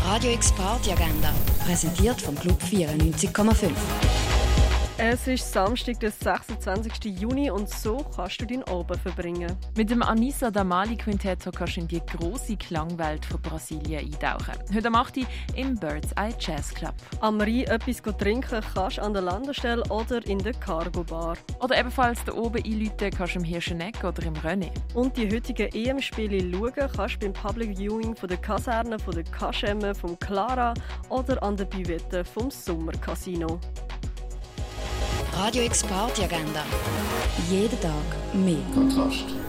Radio X Party Agenda, präsentiert vom Club 94,5. Es ist Samstag, der 26. Juni und so kannst du deinen Abend verbringen. Mit dem Anissa Damali Quintetto kannst du in die grosse Klangwelt von Brasilien eintauchen. Heute am 8. Uhr im Bird's Eye Jazz Club. Am Rhein etwas trinken kannst du an der Landestelle oder in der Cargo Bar. Oder ebenfalls da oben einläuten kannst du im Hirscheneck oder im René. Und die heutigen EM-Spiele schauen kannst du beim Public Viewing von der Kaserne, von der Kaschemme, vom Clara oder an der Buvette vom Sommercasino. Radio X Party Agenda. Jeden Tag mehr. Kontrast.